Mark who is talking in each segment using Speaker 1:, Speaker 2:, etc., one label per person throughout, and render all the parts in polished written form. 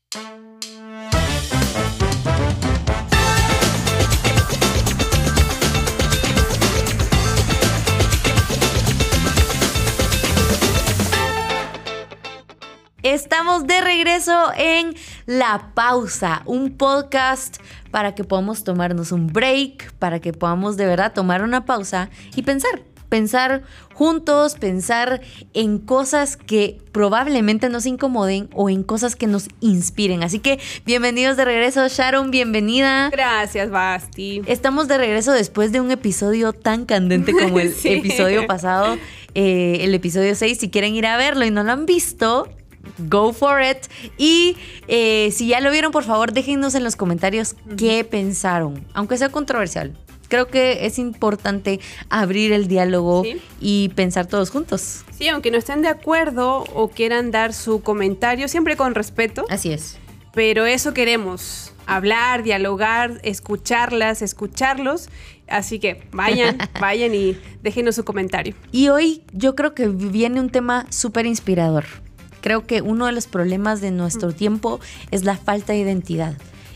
Speaker 1: Estamos de regreso en La Pausa, un podcast para que podamos tomarnos un break, para que podamos de verdad tomar una pausa y pensar juntos, pensar en cosas que probablemente nos incomoden o en cosas que nos inspiren. Así que bienvenidos de regreso, Sharon, bienvenida.
Speaker 2: Gracias, Basti.
Speaker 1: Estamos de regreso después de un episodio tan candente como el
Speaker 2: Sí.
Speaker 1: episodio pasado, el episodio 6. Si quieren ir a verlo y no lo han visto, go for it. Y si ya lo vieron, por favor, déjennos en los comentarios qué pensaron, aunque sea controversial. Creo que es importante abrir el diálogo y pensar todos juntos.
Speaker 2: Sí, aunque no estén de acuerdo o quieran dar su comentario, siempre con respeto.
Speaker 1: Así es.
Speaker 2: Pero eso queremos, hablar, dialogar, escucharlos. Así que vayan y déjenos su comentario.
Speaker 1: Y hoy yo creo que viene un tema súper inspirador. Creo que uno de los problemas de nuestro tiempo es la falta de identidad.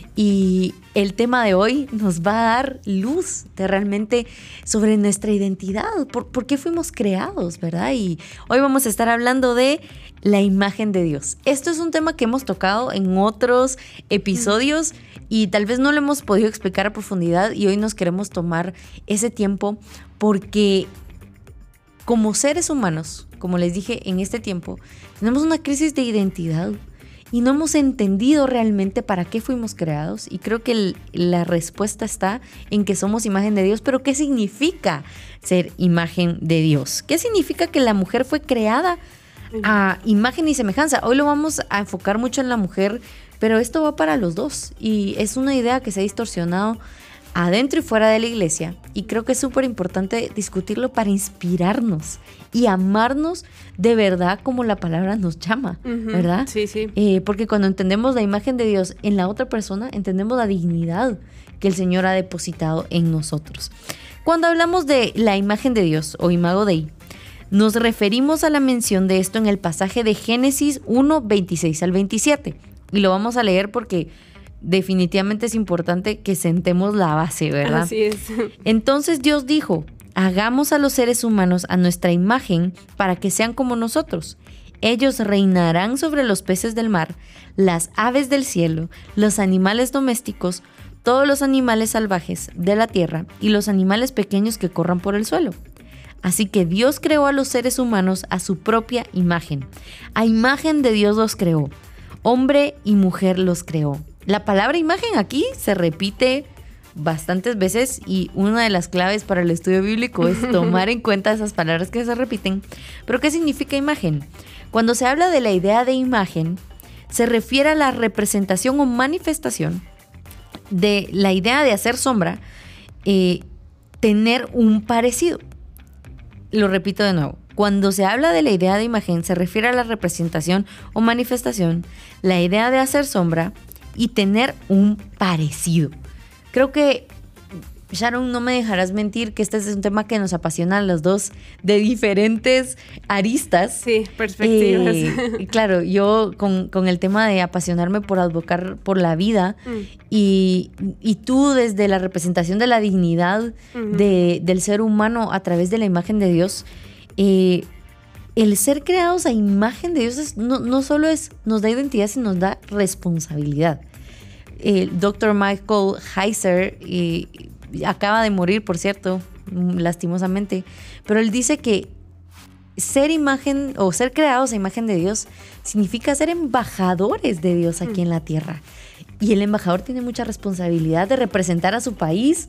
Speaker 1: Y el tema de hoy nos va a dar luz de realmente sobre nuestra identidad, por qué fuimos creados, ¿verdad? Y hoy vamos a estar hablando de la imagen de Dios. Esto es un tema que hemos tocado en otros episodios y tal vez no lo hemos podido explicar a profundidad, y hoy nos queremos tomar ese tiempo porque como seres humanos, como les dije, en este tiempo tenemos una crisis de identidad y no hemos entendido realmente para qué fuimos creados. Y creo que la respuesta está en que somos imagen de Dios. Pero ¿qué significa ser imagen de Dios? ¿Qué significa que la mujer fue creada a imagen y semejanza? Hoy lo vamos a enfocar mucho en la mujer, pero esto va para los dos. Y es una idea que se ha distorsionado adentro y fuera de la iglesia, y creo que es súper importante discutirlo para inspirarnos y amarnos de verdad como la palabra nos llama, ¿verdad?
Speaker 2: Sí.
Speaker 1: Porque cuando entendemos la imagen de Dios en la otra persona, entendemos la dignidad que el Señor ha depositado en nosotros. Cuando hablamos de la imagen de Dios o imago Dei, nos referimos a la mención de esto en el pasaje de Génesis 1, 26 al 27, y lo vamos a leer porque definitivamente es importante que sentemos la base, ¿verdad?
Speaker 2: Así es.
Speaker 1: Entonces Dios dijo: hagamos a los seres humanos a nuestra imagen para que sean como nosotros. Ellos reinarán sobre los peces del mar, las aves del cielo, los animales domésticos, todos los animales salvajes de la tierra y los animales pequeños que corran por el suelo. Así que Dios creó a los seres humanos a su propia imagen. A imagen de Dios los creó. Hombre y mujer los creó. La palabra imagen aquí se repite bastantes veces, y una de las claves para el estudio bíblico es tomar en cuenta esas palabras que se repiten. ¿Pero qué significa imagen? Cuando se habla de la idea de imagen, se refiere a la representación o manifestación de la idea de hacer sombra, tener un parecido. Lo repito de nuevo. Cuando se habla de la idea de imagen, se refiere a la representación o manifestación, la idea de hacer sombra y tener un parecido. Creo que, Sharon, no me dejarás mentir que este es un tema que nos apasiona a los dos de diferentes aristas.
Speaker 2: Sí, perspectivas.
Speaker 1: Claro, yo con el tema de apasionarme por advocar por la vida, y tú desde la representación de la dignidad del ser humano a través de la imagen de Dios. El ser creados a imagen de Dios no solo nos da identidad, sino nos da responsabilidad. El Dr. Michael Heiser acaba de morir, por cierto, lastimosamente, pero él dice que ser imagen o ser creados a imagen de Dios significa ser embajadores de Dios aquí en la tierra. Y el embajador tiene mucha responsabilidad de representar a su país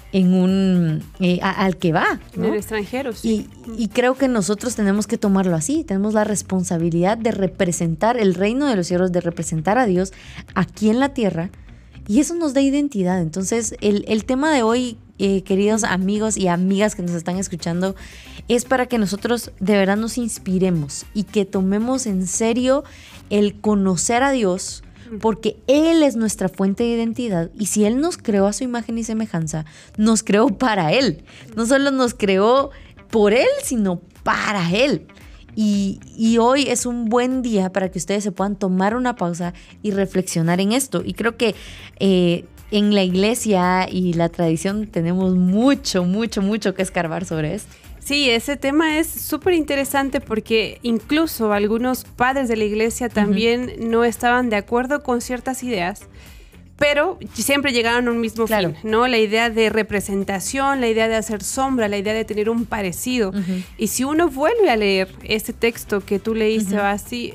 Speaker 1: al que va, ¿no?
Speaker 2: En el extranjero, sí.
Speaker 1: Y creo que nosotros tenemos que tomarlo así. Tenemos la responsabilidad de representar el reino de los cielos, de representar a Dios aquí en la tierra, y eso nos da identidad. Entonces el tema de hoy, queridos amigos y amigas que nos están escuchando, es para que nosotros de verdad nos inspiremos y que tomemos en serio el conocer a Dios, porque Él es nuestra fuente de identidad, y si Él nos creó a su imagen y semejanza, nos creó para Él. No solo nos creó por Él, sino para Él. Y hoy es un buen día para que ustedes se puedan tomar una pausa y reflexionar en esto. Y creo que en la iglesia y la tradición tenemos mucho que escarbar sobre esto.
Speaker 2: Sí, ese tema es súper interesante porque incluso algunos padres de la iglesia también no estaban de acuerdo con ciertas ideas, pero siempre llegaron a un mismo fin, ¿no? La idea de representación, la idea de hacer sombra, la idea de tener un parecido. Y si uno vuelve a leer este texto que tú leíste, Basti,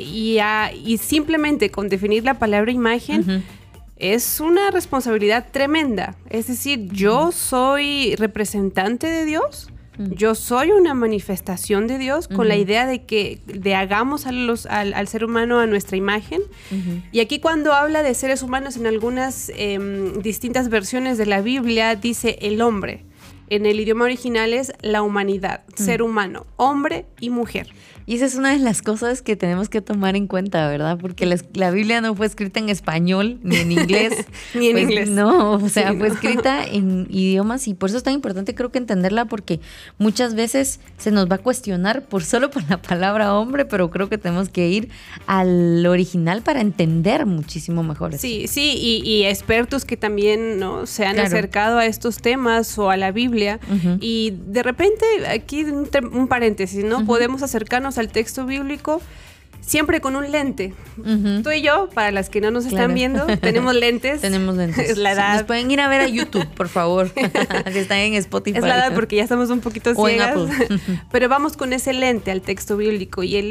Speaker 2: y simplemente con definir la palabra imagen, es una responsabilidad tremenda. Es decir, yo soy representante de Dios. Yo soy una manifestación de Dios con la idea de hagamos al ser humano a nuestra imagen. Y aquí cuando habla de seres humanos en algunas distintas versiones de la Biblia dice el hombre. En el idioma original es la humanidad, ser humano, hombre y mujer.
Speaker 1: Y esa es una de las cosas que tenemos que tomar en cuenta, ¿verdad? Porque la Biblia no fue escrita en español, ni en inglés.
Speaker 2: Ni en inglés.
Speaker 1: No, o sea, fue escrita en idiomas y por eso es tan importante creo que entenderla porque muchas veces se nos va a cuestionar solo por la palabra hombre, pero creo que tenemos que ir al original para entender muchísimo mejor eso.
Speaker 2: Sí, y expertos que también, ¿no?, se han acercado a estos temas o a la Biblia y de repente, aquí un paréntesis, ¿no? Podemos acercarnos al texto bíblico siempre con un lente. Tú y yo, para las que no nos están viendo, tenemos lentes.
Speaker 1: Tenemos lentes.
Speaker 2: Es la edad.
Speaker 1: Nos pueden ir a ver a YouTube, por favor. Si están en Spotify.
Speaker 2: Es la edad porque ya estamos un poquito ciegas.
Speaker 1: O en Apple.
Speaker 2: Pero vamos con ese lente al texto bíblico y el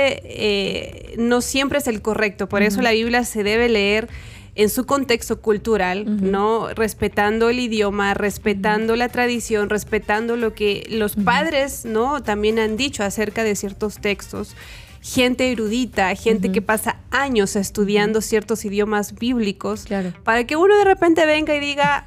Speaker 2: lente no siempre es el correcto. Por eso la Biblia se debe leer en su contexto cultural, ¿no? Respetando el idioma, respetando la tradición, respetando lo que los padres, ¿no?, también han dicho acerca de ciertos textos. Gente erudita, gente que pasa años estudiando ciertos idiomas bíblicos, para que uno de repente venga y diga,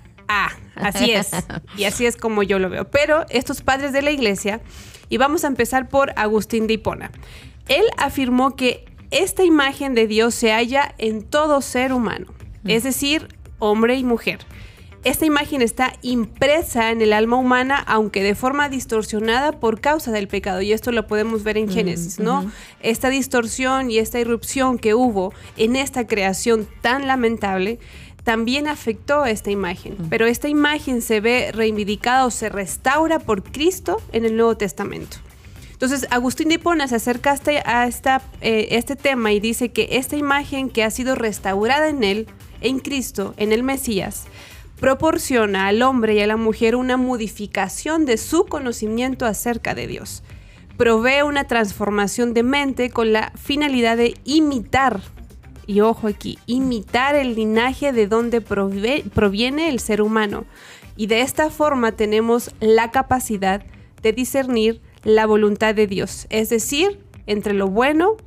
Speaker 2: así es, y así es como yo lo veo. Pero estos padres de la iglesia, y vamos a empezar por Agustín de Hipona, él afirmó que esta imagen de Dios se halla en todo ser humano, es decir, hombre y mujer. Esta imagen está impresa en el alma humana, aunque de forma distorsionada por causa del pecado. Y esto lo podemos ver en Génesis, ¿no? Esta distorsión y esta irrupción que hubo en esta creación tan lamentable también afectó a esta imagen. Pero esta imagen se ve reivindicada o se restaura por Cristo en el Nuevo Testamento. Entonces, Agustín de Hipona se acerca a este tema y dice que esta imagen que ha sido restaurada en él, en Cristo, en el Mesías, proporciona al hombre y a la mujer una modificación de su conocimiento acerca de Dios. Provee una transformación de mente con la finalidad de imitar, y ojo aquí, imitar el linaje de donde proviene el ser humano. Y de esta forma tenemos la capacidad de discernir la voluntad de Dios, es decir, entre lo bueno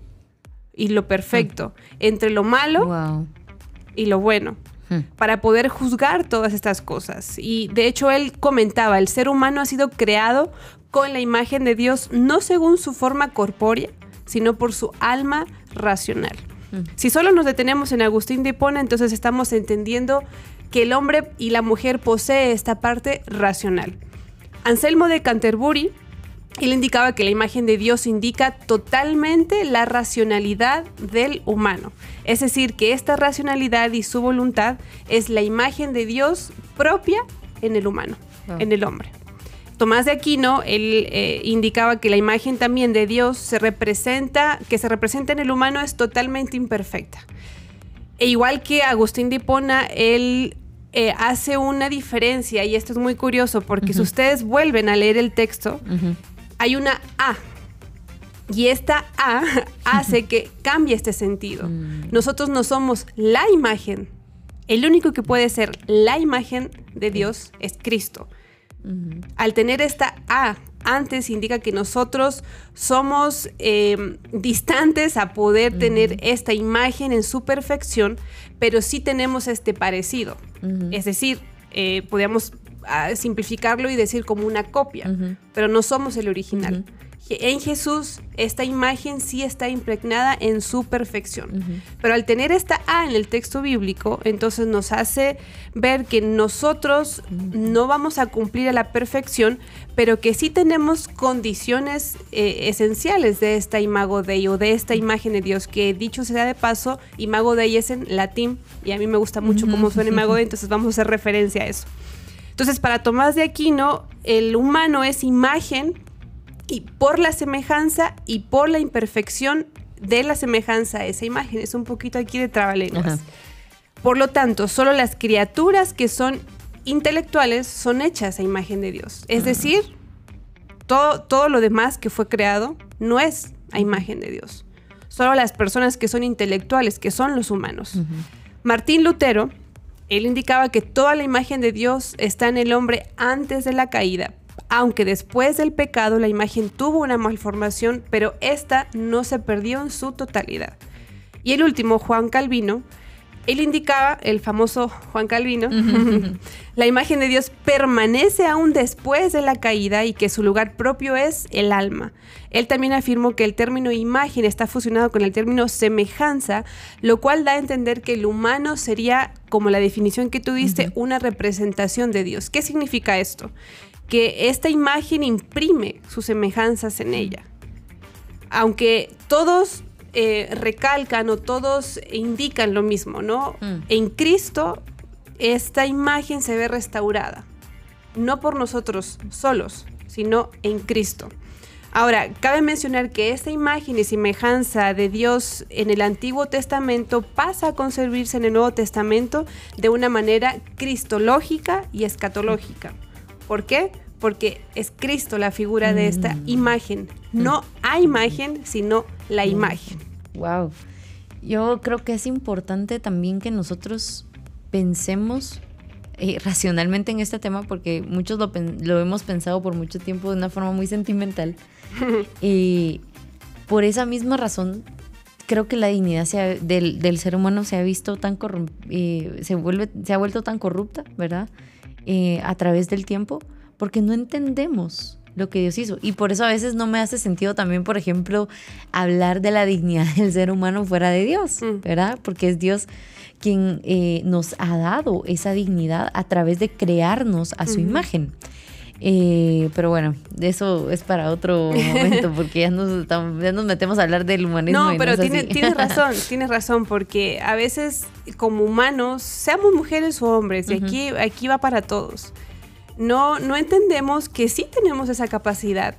Speaker 2: y lo perfecto, entre lo malo y lo bueno, para poder juzgar todas estas cosas. Y de hecho él comentaba, el ser humano ha sido creado con la imagen de Dios, no según su forma corpórea, sino por su alma racional. Si solo nos detenemos en Agustín de Hipona, entonces estamos entendiendo que el hombre y la mujer posee esta parte racional. Anselmo de Canterbury, él indicaba que la imagen de Dios indica totalmente la racionalidad del humano. Es decir, que esta racionalidad y su voluntad es la imagen de Dios propia en el humano, en el hombre. Tomás de Aquino, él indicaba que la imagen también de Dios se representa en el humano es totalmente imperfecta. E igual que Agustín de Hipona, él hace una diferencia, y esto es muy curioso, porque si ustedes vuelven a leer el texto, hay una A, y esta A hace que cambie este sentido. Nosotros no somos la imagen. El único que puede ser la imagen de Dios es Cristo. Al tener esta A antes indica que nosotros somos distantes a poder tener esta imagen en su perfección, pero sí tenemos este parecido. Es decir, podríamos simplificarlo y decir como una copia, pero no somos el original. En Jesús esta imagen sí está impregnada en su perfección. Pero al tener esta A en el texto bíblico, entonces nos hace ver que nosotros no vamos a cumplir a la perfección, pero que sí tenemos condiciones esenciales de esta imago Dei o de esta imagen de Dios, que dicho sea de paso, imago Dei es en latín y a mí me gusta mucho cómo suena imago Dei, entonces vamos a hacer referencia a eso. Entonces, para Tomás de Aquino, el humano es imagen y por la semejanza y por la imperfección de la semejanza a esa imagen. Es un poquito aquí de trabalenguas. Ajá. Por lo tanto, solo las criaturas que son intelectuales son hechas a imagen de Dios. Es decir, todo lo demás que fue creado no es a imagen de Dios. Solo las personas que son intelectuales, que son los humanos. Martín Lutero, él indicaba que toda la imagen de Dios está en el hombre antes de la caída, aunque después del pecado la imagen tuvo una malformación, pero esta no se perdió en su totalidad. Y el último, Juan Calvino, él indicaba, el famoso Juan Calvino, la imagen de Dios permanece aún después de la caída y que su lugar propio es el alma. Él también afirmó que el término imagen está fusionado con el término semejanza, lo cual da a entender que el humano sería, como la definición que tú diste, una representación de Dios. ¿Qué significa esto? Que esta imagen imprime sus semejanzas en ella. Aunque todos recalcan o todos indican lo mismo, ¿no? En Cristo esta imagen se ve restaurada, no por nosotros solos, sino en Cristo. Ahora, cabe mencionar que esta imagen y semejanza de Dios en el Antiguo Testamento pasa a conservarse en el Nuevo Testamento de una manera cristológica y escatológica. ¿Por qué? Porque es Cristo la figura de esta imagen. No hay imagen, sino la imagen.
Speaker 1: Wow. Yo creo que es importante también que nosotros pensemos racionalmente en este tema, porque muchos lo hemos pensado por mucho tiempo de una forma muy sentimental. Y por esa misma razón, creo que la dignidad del ser humano se ha visto tan se ha vuelto tan corrupta, ¿verdad? A través del tiempo, porque no entendemos lo que Dios hizo. Y por eso a veces no me hace sentido también, por ejemplo, hablar de la dignidad del ser humano fuera de Dios, ¿verdad? Porque es Dios quien nos ha dado esa dignidad a través de crearnos a su imagen. Pero bueno, eso es para otro momento, porque ya nos metemos a hablar del humanismo.
Speaker 2: No, pero tienes razón, porque a veces como humanos, seamos mujeres o hombres, y aquí va para todos, no entendemos que sí tenemos esa capacidad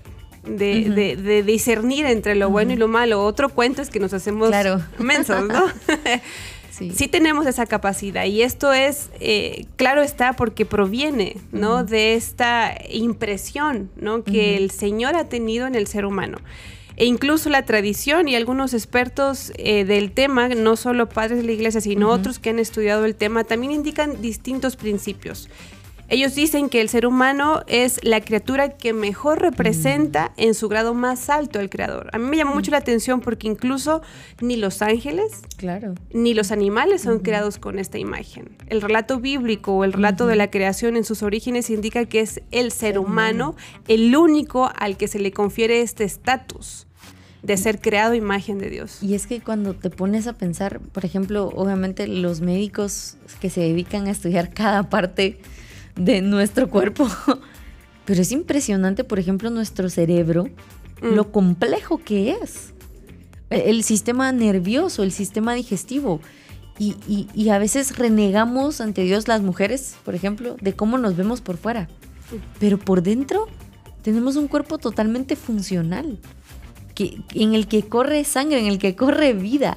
Speaker 2: de discernir entre lo bueno y lo malo. Otro cuento es que nos hacemos mensos, ¿no? Sí tenemos esa capacidad, y esto es, claro está, porque proviene, ¿no? de esta impresión, ¿no? que el Señor ha tenido en el ser humano. E incluso la tradición y algunos expertos del tema, no solo padres de la iglesia, sino otros que han estudiado el tema, también indican distintos principios. Ellos dicen que el ser humano es la criatura que mejor representa en su grado más alto al Creador. A mí me llamó mucho la atención porque incluso ni los ángeles ni los animales son creados con esta imagen. El relato bíblico o el relato de la creación en sus orígenes indica que es el ser humano el único al que se le confiere este estatus de ser creado a imagen de Dios.
Speaker 1: Y es que cuando te pones a pensar, por ejemplo, obviamente los médicos que se dedican a estudiar cada parte de nuestro cuerpo, pero es impresionante, por ejemplo, nuestro cerebro, lo complejo que es, el sistema nervioso, el sistema digestivo, y a veces renegamos ante Dios las mujeres, por ejemplo, de cómo nos vemos por fuera, pero por dentro tenemos un cuerpo totalmente funcional, en el que corre sangre, en el que corre vida.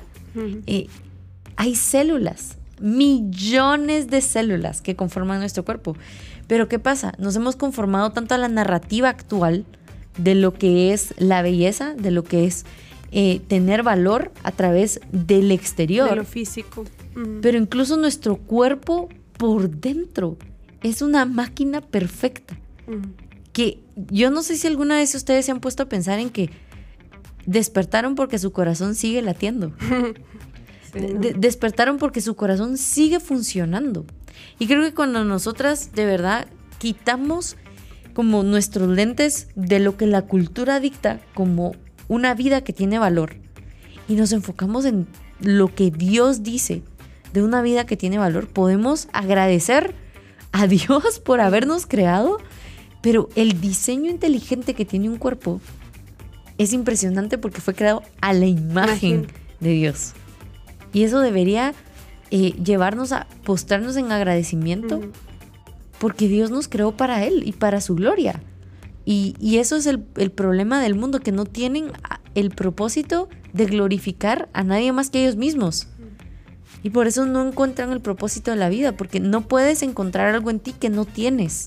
Speaker 1: Hay células, millones de células que conforman nuestro cuerpo. Pero ¿qué pasa? Nos hemos conformado tanto a la narrativa actual de lo que es la belleza, de lo que es tener valor a través del exterior.
Speaker 2: De lo físico.
Speaker 1: Pero incluso nuestro cuerpo por dentro es una máquina perfecta. Que yo no sé si alguna vez ustedes se han puesto a pensar en que despertaron porque su corazón sigue latiendo. Despertaron porque su corazón sigue funcionando. Y creo que cuando nosotras de verdad quitamos como nuestros lentes de lo que la cultura dicta como una vida que tiene valor y nos enfocamos en lo que Dios dice de una vida que tiene valor, podemos agradecer a Dios por habernos creado, pero el diseño inteligente que tiene un cuerpo es impresionante porque fue creado a la imagen de Dios. Y eso debería llevarnos a postrarnos en agradecimiento porque Dios nos creó para Él y para su gloria. Y eso es el problema del mundo, que no tienen el propósito de glorificar a nadie más que ellos mismos. Y por eso no encuentran el propósito de la vida, porque no puedes encontrar algo en ti que no tienes.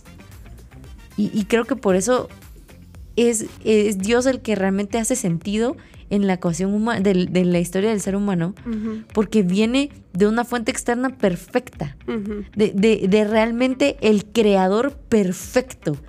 Speaker 1: Y creo que por eso es Dios el que realmente hace sentido en la ecuación humana, de la historia del ser humano, porque viene de una fuente externa perfecta, de realmente el creador perfecto.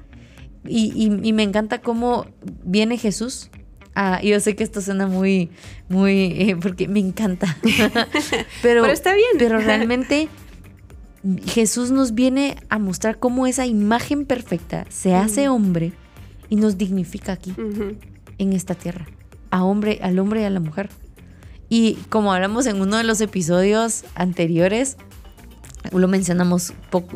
Speaker 1: Y me encanta cómo viene Jesús. Yo sé que esto suena muy, porque me encanta. pero
Speaker 2: está bien.
Speaker 1: Pero realmente Jesús nos viene a mostrar cómo esa imagen perfecta se hace hombre y nos dignifica aquí, en esta tierra, al hombre y a la mujer. Y como hablamos en uno de los episodios anteriores, lo mencionamos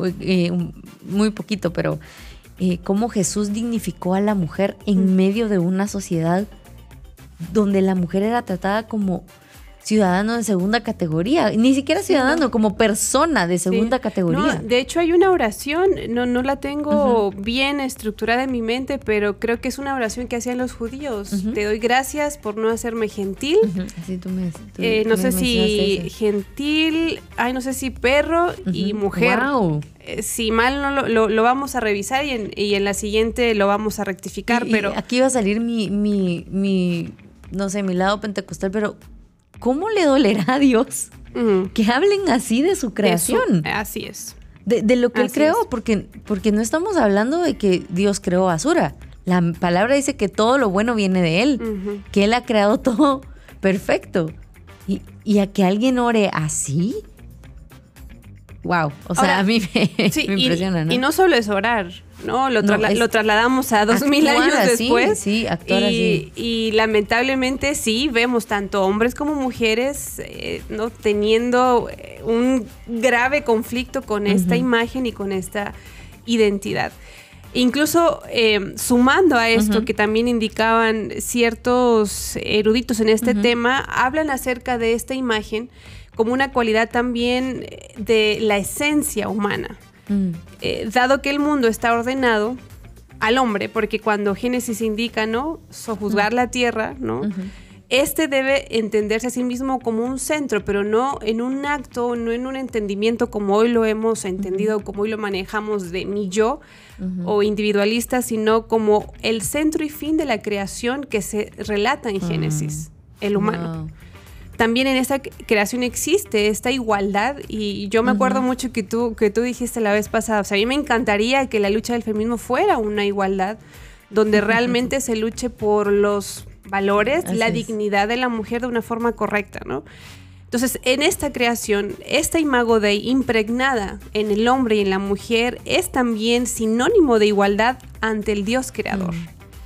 Speaker 1: muy poquito, pero cómo Jesús dignificó a la mujer en medio de una sociedad donde la mujer era tratada como ciudadano de segunda categoría, ni siquiera ciudadano, como persona de segunda categoría.
Speaker 2: No, de hecho hay una oración, no la tengo bien estructurada en mi mente, pero creo que es una oración que hacían los judíos. Te doy gracias por no hacerme gentil.
Speaker 1: Así
Speaker 2: no sé si gentil, no sé si perro y mujer.
Speaker 1: Wow.
Speaker 2: Si mal no lo vamos a revisar y en la siguiente lo vamos a rectificar, pero
Speaker 1: aquí va a salir mi no sé, mi lado pentecostal, pero ¿cómo le dolerá a Dios que hablen así de su creación?
Speaker 2: Así es.
Speaker 1: De lo que Él creó, porque no estamos hablando de que Dios creó basura. La palabra dice que todo lo bueno viene de Él, que Él ha creado todo perfecto. Y a que alguien ore así, wow. O sea, ahora, a mí me impresiona, ¿no?
Speaker 2: Y no solo es orar, ¿no? Lo trasladamos a 2000 años después.
Speaker 1: Sí, actuar así.
Speaker 2: Y lamentablemente sí, vemos tanto hombres como mujeres no teniendo un grave conflicto con esta imagen y con esta identidad. Incluso sumando a esto que también indicaban ciertos eruditos en este tema, hablan acerca de esta imagen como una cualidad también de la esencia humana. Dado que el mundo está ordenado al hombre, porque cuando Génesis indica, ¿no?, sojuzgar la tierra, ¿no?, este debe entenderse a sí mismo como un centro, pero no en un acto, no en un entendimiento como hoy lo hemos entendido, como hoy lo manejamos de mi yo o individualista, sino como el centro y fin de la creación que se relata en Génesis, el humano. Wow. También en esta creación existe esta igualdad, y yo me acuerdo mucho que tú dijiste la vez pasada, o sea, a mí me encantaría que la lucha del feminismo fuera una igualdad donde realmente se luche por los valores, la dignidad de la mujer de una forma correcta, ¿no? Entonces, en esta creación, esta imago Dei impregnada en el hombre y en la mujer es también sinónimo de igualdad ante el Dios creador.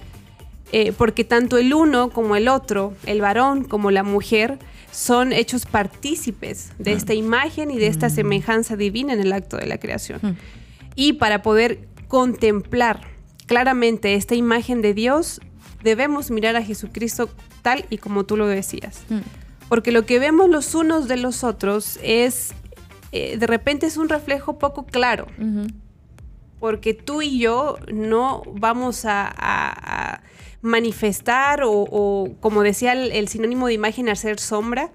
Speaker 2: Porque tanto el uno como el otro, el varón como la mujer, son hechos partícipes de esta imagen y de esta semejanza divina en el acto de la creación. Y para poder contemplar claramente esta imagen de Dios, debemos mirar a Jesucristo tal y como tú lo decías. Porque lo que vemos los unos de los otros es, de repente es un reflejo poco claro. Porque tú y yo no vamos a manifestar o como decía el sinónimo de imagen, hacer sombra,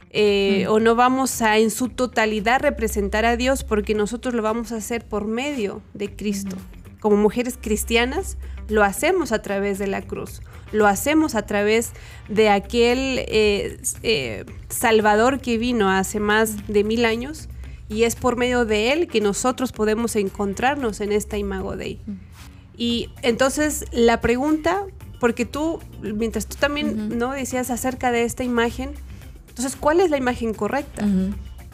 Speaker 2: o no vamos a en su totalidad representar a Dios, porque nosotros lo vamos a hacer por medio de Cristo. Como mujeres cristianas lo hacemos a través de la cruz, lo hacemos a través de aquel Salvador que vino hace más de 1000 años, y es por medio de él que nosotros podemos encontrarnos en esta imago Dei. Y entonces la pregunta, porque tú, mientras tú también ¿no?, decías acerca de esta imagen, entonces, ¿cuál es la imagen correcta?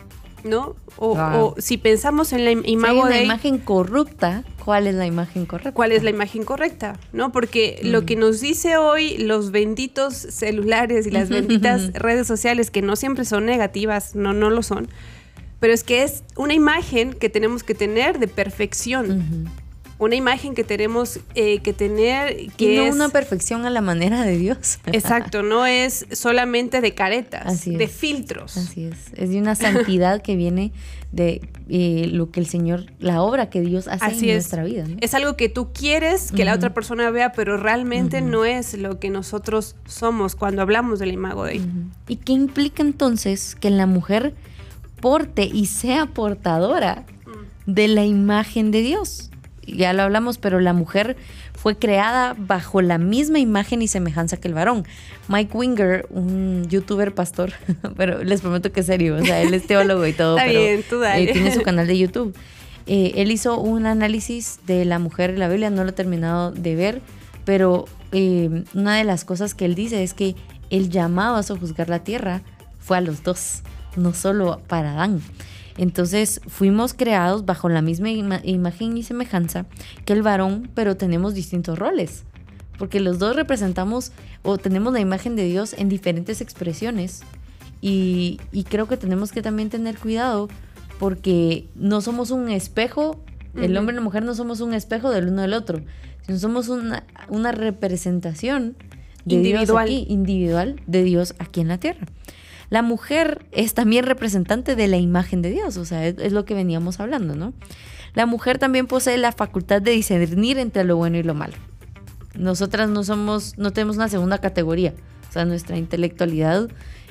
Speaker 2: ¿no?
Speaker 1: Wow.
Speaker 2: O si pensamos en la imago
Speaker 1: si hay
Speaker 2: Dei,
Speaker 1: una imagen corrupta, ¿cuál es la imagen correcta?
Speaker 2: ¿cuál es la imagen correcta? ¿No? Porque lo que nos dice hoy los benditos celulares y las benditas redes sociales, que no siempre son negativas, no lo son, pero es que es una imagen que tenemos que tener de perfección. Una imagen que tenemos que tener que
Speaker 1: y no
Speaker 2: es
Speaker 1: una perfección a la manera de Dios.
Speaker 2: Exacto, no es solamente de caretas, de filtros.
Speaker 1: Así es de una santidad que viene de lo que el Señor, la obra que Dios hace en nuestra vida, ¿no?
Speaker 2: Es algo que tú quieres que la otra persona vea, pero realmente no es lo que nosotros somos cuando hablamos de la imago Dei.
Speaker 1: ¿Y qué implica entonces que la mujer porte y sea portadora de la imagen de Dios? Ya lo hablamos, pero la mujer fue creada bajo la misma imagen y semejanza que el varón. Mike Winger, un youtuber pastor, pero les prometo que es serio, o sea, él es teólogo y todo.
Speaker 2: Está
Speaker 1: pero
Speaker 2: bien, tú dale.
Speaker 1: Tiene su canal de YouTube. Él hizo un análisis de la mujer en la Biblia, no lo he terminado de ver, pero una de las cosas que él dice es que el llamado a sojuzgar la tierra fue a los dos, no solo para Adán. Entonces fuimos creados bajo la misma imagen y semejanza que el varón, pero tenemos distintos roles, porque los dos representamos o tenemos la imagen de Dios en diferentes expresiones y creo que tenemos que también tener cuidado porque no somos un espejo, el hombre y la mujer no somos un espejo del uno del otro, sino somos una representación de
Speaker 2: individual.
Speaker 1: Dios aquí, individual de Dios aquí en la tierra. La mujer es también representante de la imagen de Dios, o sea, es lo que veníamos hablando, ¿no? La mujer también posee la facultad de discernir entre lo bueno y lo malo. Nosotras no tenemos una segunda categoría, o sea, nuestra intelectualidad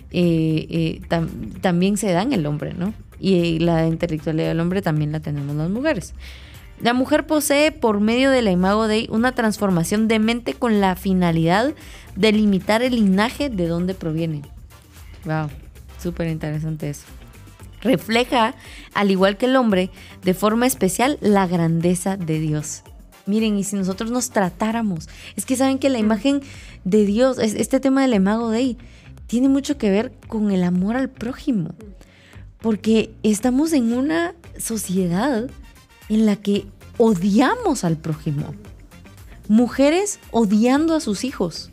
Speaker 1: también se da en el hombre, ¿no? Y la intelectualidad del hombre también la tenemos las mujeres. La mujer posee por medio de la imago Dei una transformación de mente con la finalidad de limitar el linaje de donde proviene. Wow, súper interesante eso. Refleja, al igual que el hombre, de forma especial la grandeza de Dios. Miren, y si nosotros nos tratáramos, es que saben que la imagen de Dios, este tema de la imago Dei, tiene mucho que ver con el amor al prójimo. Porque estamos en una sociedad en la que odiamos al prójimo. Mujeres odiando a sus hijos.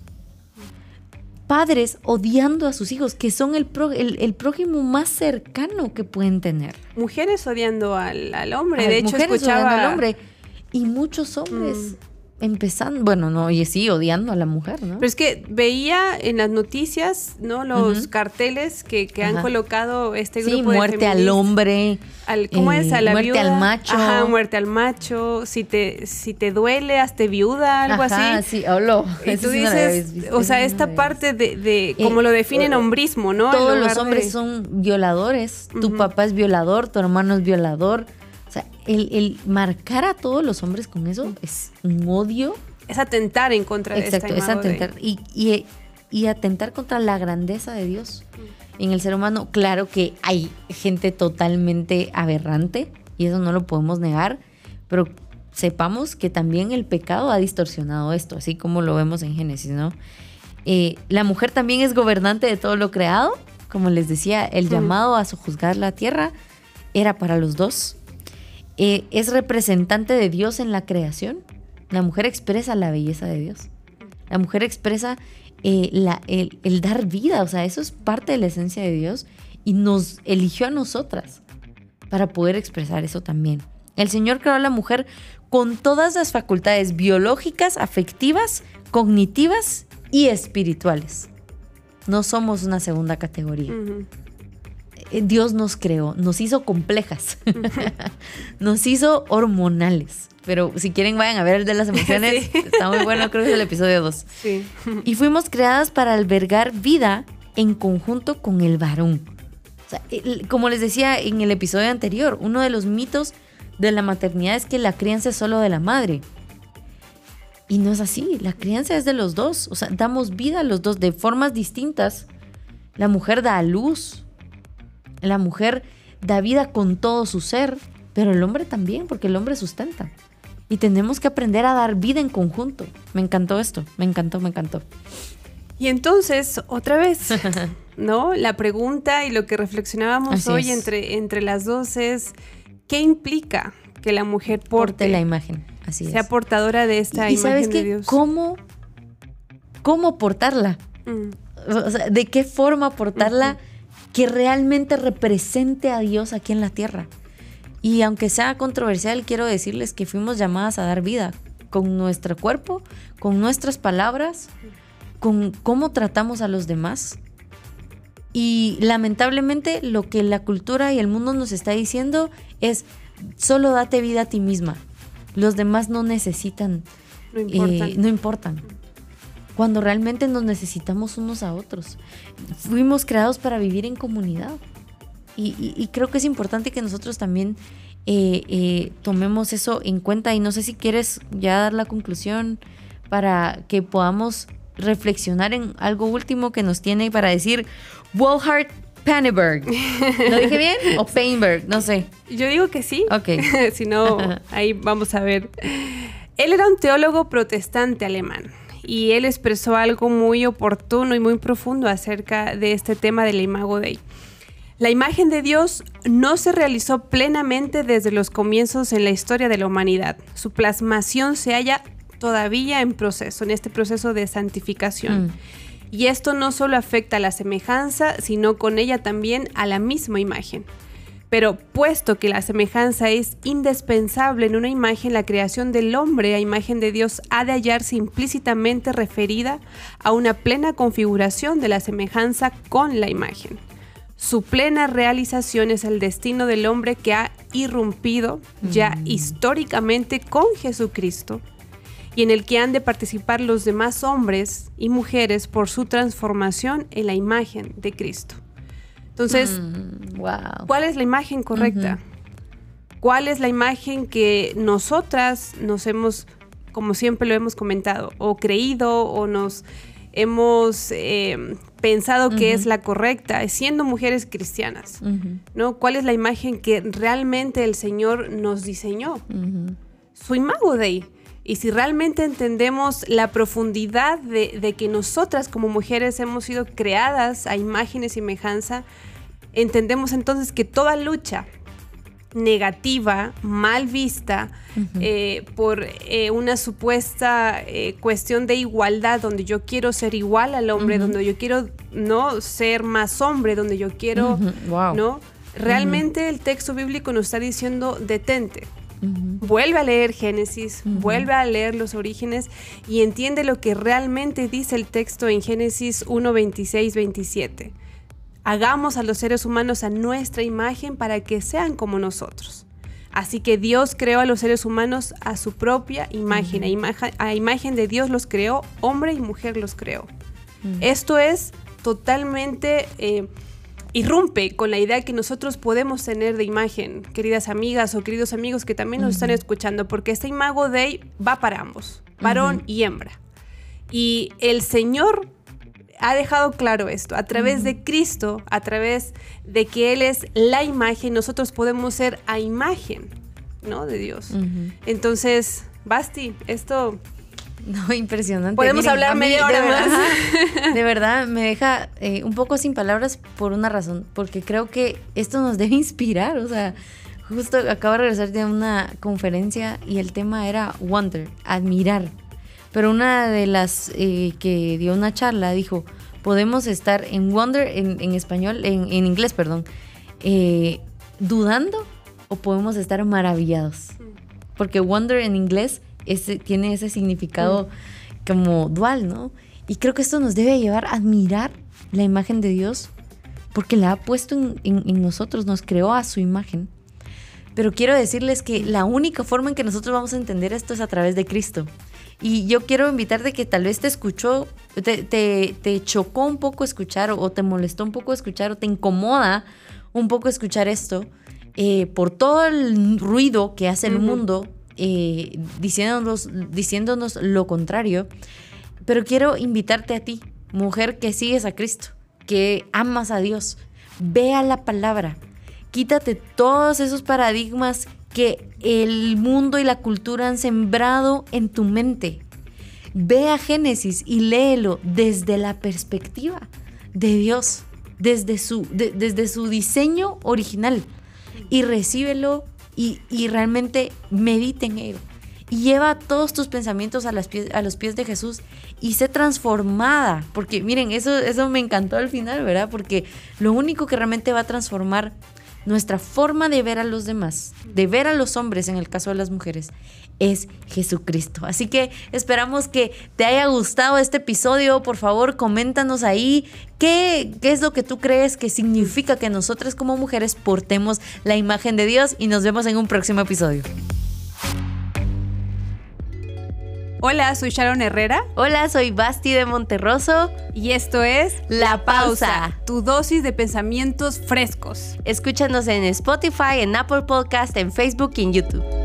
Speaker 1: Padres odiando a sus hijos, que son el prójimo más cercano que pueden tener.
Speaker 2: Mujeres odiando al hombre. De hecho,
Speaker 1: mujeres
Speaker 2: escuchaba
Speaker 1: odiando al hombre. Y muchos hombres empezando, bueno, no, oye, sí, odiando a la mujer, ¿no?
Speaker 2: Pero es que veía en las noticias, ¿no? Los carteles que han colocado este grupo de
Speaker 1: muerte al hombre.
Speaker 2: ¿Cómo es? A la
Speaker 1: muerte
Speaker 2: viuda.
Speaker 1: al macho.
Speaker 2: Ajá, muerte al macho. Si te duele, hazte viuda, algo así.
Speaker 1: Sí, hablo.
Speaker 2: Y tú dices, o sea, esta parte de como lo definen hombrismo, ¿no?
Speaker 1: Todos los hombres son violadores. Tu papá es violador, tu hermano es violador. O sea, el marcar a todos los hombres con eso es un odio.
Speaker 2: Es atentar en contra de esta imago.
Speaker 1: Exacto, es atentar. Y atentar contra la grandeza de Dios en el ser humano. Claro que hay gente totalmente aberrante y eso no lo podemos negar, pero sepamos que también el pecado ha distorsionado esto, así como lo vemos en Génesis, ¿no? La mujer también es gobernante de todo lo creado. Como les decía, el llamado a sojuzgar la tierra era para los dos. Es representante de Dios en la creación. La mujer expresa la belleza de Dios. La mujer expresa el dar vida. O sea, eso es parte de la esencia de Dios y nos eligió a nosotras para poder expresar eso también. El Señor creó a la mujer con todas las facultades biológicas, afectivas, cognitivas y espirituales. No somos una segunda categoría. Dios nos creó, nos hizo complejas, nos hizo hormonales. Pero si quieren vayan a ver el de las emociones, sí. Está muy bueno, creo que es el episodio 2.
Speaker 2: Sí.
Speaker 1: Y fuimos creadas para albergar vida en conjunto con el varón. O sea, como les decía en el episodio anterior, uno de los mitos de la maternidad es que la crianza es solo de la madre. Y no es así, la crianza es de los dos. O sea, damos vida a los dos de formas distintas. La mujer da a luz. La mujer da vida con todo su ser, pero el hombre también, porque el hombre sustenta. Y tenemos que aprender a dar vida en conjunto. Me encantó esto, me encantó.
Speaker 2: Y entonces, otra vez, ¿no? La pregunta y lo que reflexionábamos
Speaker 1: Así
Speaker 2: hoy
Speaker 1: es.
Speaker 2: entre las dos es, ¿qué implica que la mujer porte
Speaker 1: la imagen? Así
Speaker 2: sea
Speaker 1: es.
Speaker 2: portadora de esta
Speaker 1: ¿Y
Speaker 2: imagen
Speaker 1: sabes
Speaker 2: de
Speaker 1: qué?
Speaker 2: Dios?
Speaker 1: ¿Cómo portarla? O sea, ¿de qué forma portarla que realmente represente a Dios aquí en la tierra? Y aunque sea controversial, quiero decirles que fuimos llamadas a dar vida con nuestro cuerpo, con nuestras palabras, con cómo tratamos a los demás. Y lamentablemente lo que la cultura y el mundo nos está diciendo es: solo date vida a ti misma. Los demás no necesitan, no importan. Cuando realmente nos necesitamos unos a otros. Fuimos creados para vivir en comunidad. Y creo que es importante que nosotros también tomemos eso en cuenta. Y no sé si quieres ya dar la conclusión para que podamos reflexionar en algo último que nos tiene para decir Wolfhard Pannenberg. ¿Lo dije bien? ¿O Painberg? No sé.
Speaker 2: Yo digo que sí.
Speaker 1: Ok.
Speaker 2: Si no, ahí vamos a ver. Él era un teólogo protestante alemán y él expresó algo muy oportuno y muy profundo acerca de este tema del Imago Dei. La imagen de Dios no se realizó plenamente desde los comienzos en la historia de la humanidad. Su plasmación se halla todavía en proceso, en este proceso de santificación. Y esto no solo afecta a la semejanza, sino con ella también a la misma imagen. Pero puesto que la semejanza es indispensable en una imagen, la creación del hombre a imagen de Dios ha de hallarse implícitamente referida a una plena configuración de la semejanza con la imagen. Su plena realización es el destino del hombre que ha irrumpido ya históricamente con Jesucristo y en el que han de participar los demás hombres y mujeres por su transformación en la imagen de Cristo. Entonces,
Speaker 1: Wow.
Speaker 2: ¿cuál es la imagen correcta? ¿Cuál es la imagen que nosotras nos hemos, como siempre lo hemos comentado, o creído o nos hemos pensado que es la correcta, siendo mujeres cristianas, ¿no? ¿Cuál es la imagen que realmente el Señor nos diseñó? Su Imago Dei. Y si realmente entendemos la profundidad de que nosotras como mujeres hemos sido creadas a imagen y semejanza, entendemos entonces que toda lucha negativa, mal vista, por una supuesta cuestión de igualdad, donde yo quiero ser igual al hombre, donde yo quiero no ser más hombre, donde yo quiero,
Speaker 1: Wow.
Speaker 2: ¿no? Realmente el texto bíblico nos está diciendo: detente. Vuelve a leer Génesis, vuelve a leer los orígenes y entiende lo que realmente dice el texto en Génesis 1, 26, 27. Hagamos a los seres humanos a nuestra imagen para que sean como nosotros. Así que Dios creó a los seres humanos a su propia imagen. A imagen de Dios los creó, hombre y mujer los creó. Esto es totalmente... irrumpe con la idea que nosotros podemos tener de imagen, queridas amigas o queridos amigos que también nos están escuchando, porque este Imago Dei va para ambos, varón y hembra. Y el Señor ha dejado claro esto, a través de Cristo, a través de que Él es la imagen, nosotros podemos ser a imagen, ¿no? De Dios. Entonces, Basti, esto...
Speaker 1: No, impresionante.
Speaker 2: Podemos hablar media hora
Speaker 1: más. De verdad, me deja un poco sin palabras por una razón, porque creo que esto nos debe inspirar. O sea, justo acabo de regresar de una conferencia y el tema era wonder, admirar. Pero una de las que dio una charla dijo: podemos estar en wonder, en español, en inglés, perdón, dudando, o podemos estar maravillados. Porque wonder en inglés tiene ese significado como dual, ¿no? Y creo que esto nos debe llevar a admirar la imagen de Dios, porque la ha puesto en nosotros, nos creó a su imagen. Pero quiero decirles que la única forma en que nosotros vamos a entender esto es a través de Cristo. Y yo quiero invitarte que tal vez te chocó un poco escuchar, o te molestó un poco escuchar, o te incomoda un poco escuchar esto, por todo el ruido que hace el mundo, diciéndonos lo contrario. Pero quiero invitarte a ti, mujer que sigues a Cristo, que amas a Dios, vea la palabra, quítate todos esos paradigmas que el mundo y la cultura han sembrado en tu mente. ve a Génesis y léelo desde la perspectiva de Dios, desde su diseño original, y recíbelo y realmente medita en ello. Y lleva todos tus pensamientos a los pies de Jesús y sé transformada. Porque miren, eso me encantó al final, ¿verdad? Porque lo único que realmente va a transformar nuestra forma de ver a los demás, de ver a los hombres en el caso de las mujeres, es Jesucristo. Así que esperamos que te haya gustado este episodio. Por favor, coméntanos ahí qué es lo que tú crees que significa que nosotras como mujeres portemos la imagen de Dios, y nos vemos en un próximo episodio.
Speaker 2: Hola, soy Sharon Herrera.
Speaker 1: Hola, soy Basti de Monterroso.
Speaker 2: Y esto es
Speaker 1: La Pausa,
Speaker 2: tu dosis de pensamientos frescos.
Speaker 1: Escúchanos en Spotify, en Apple Podcast, en Facebook y en YouTube.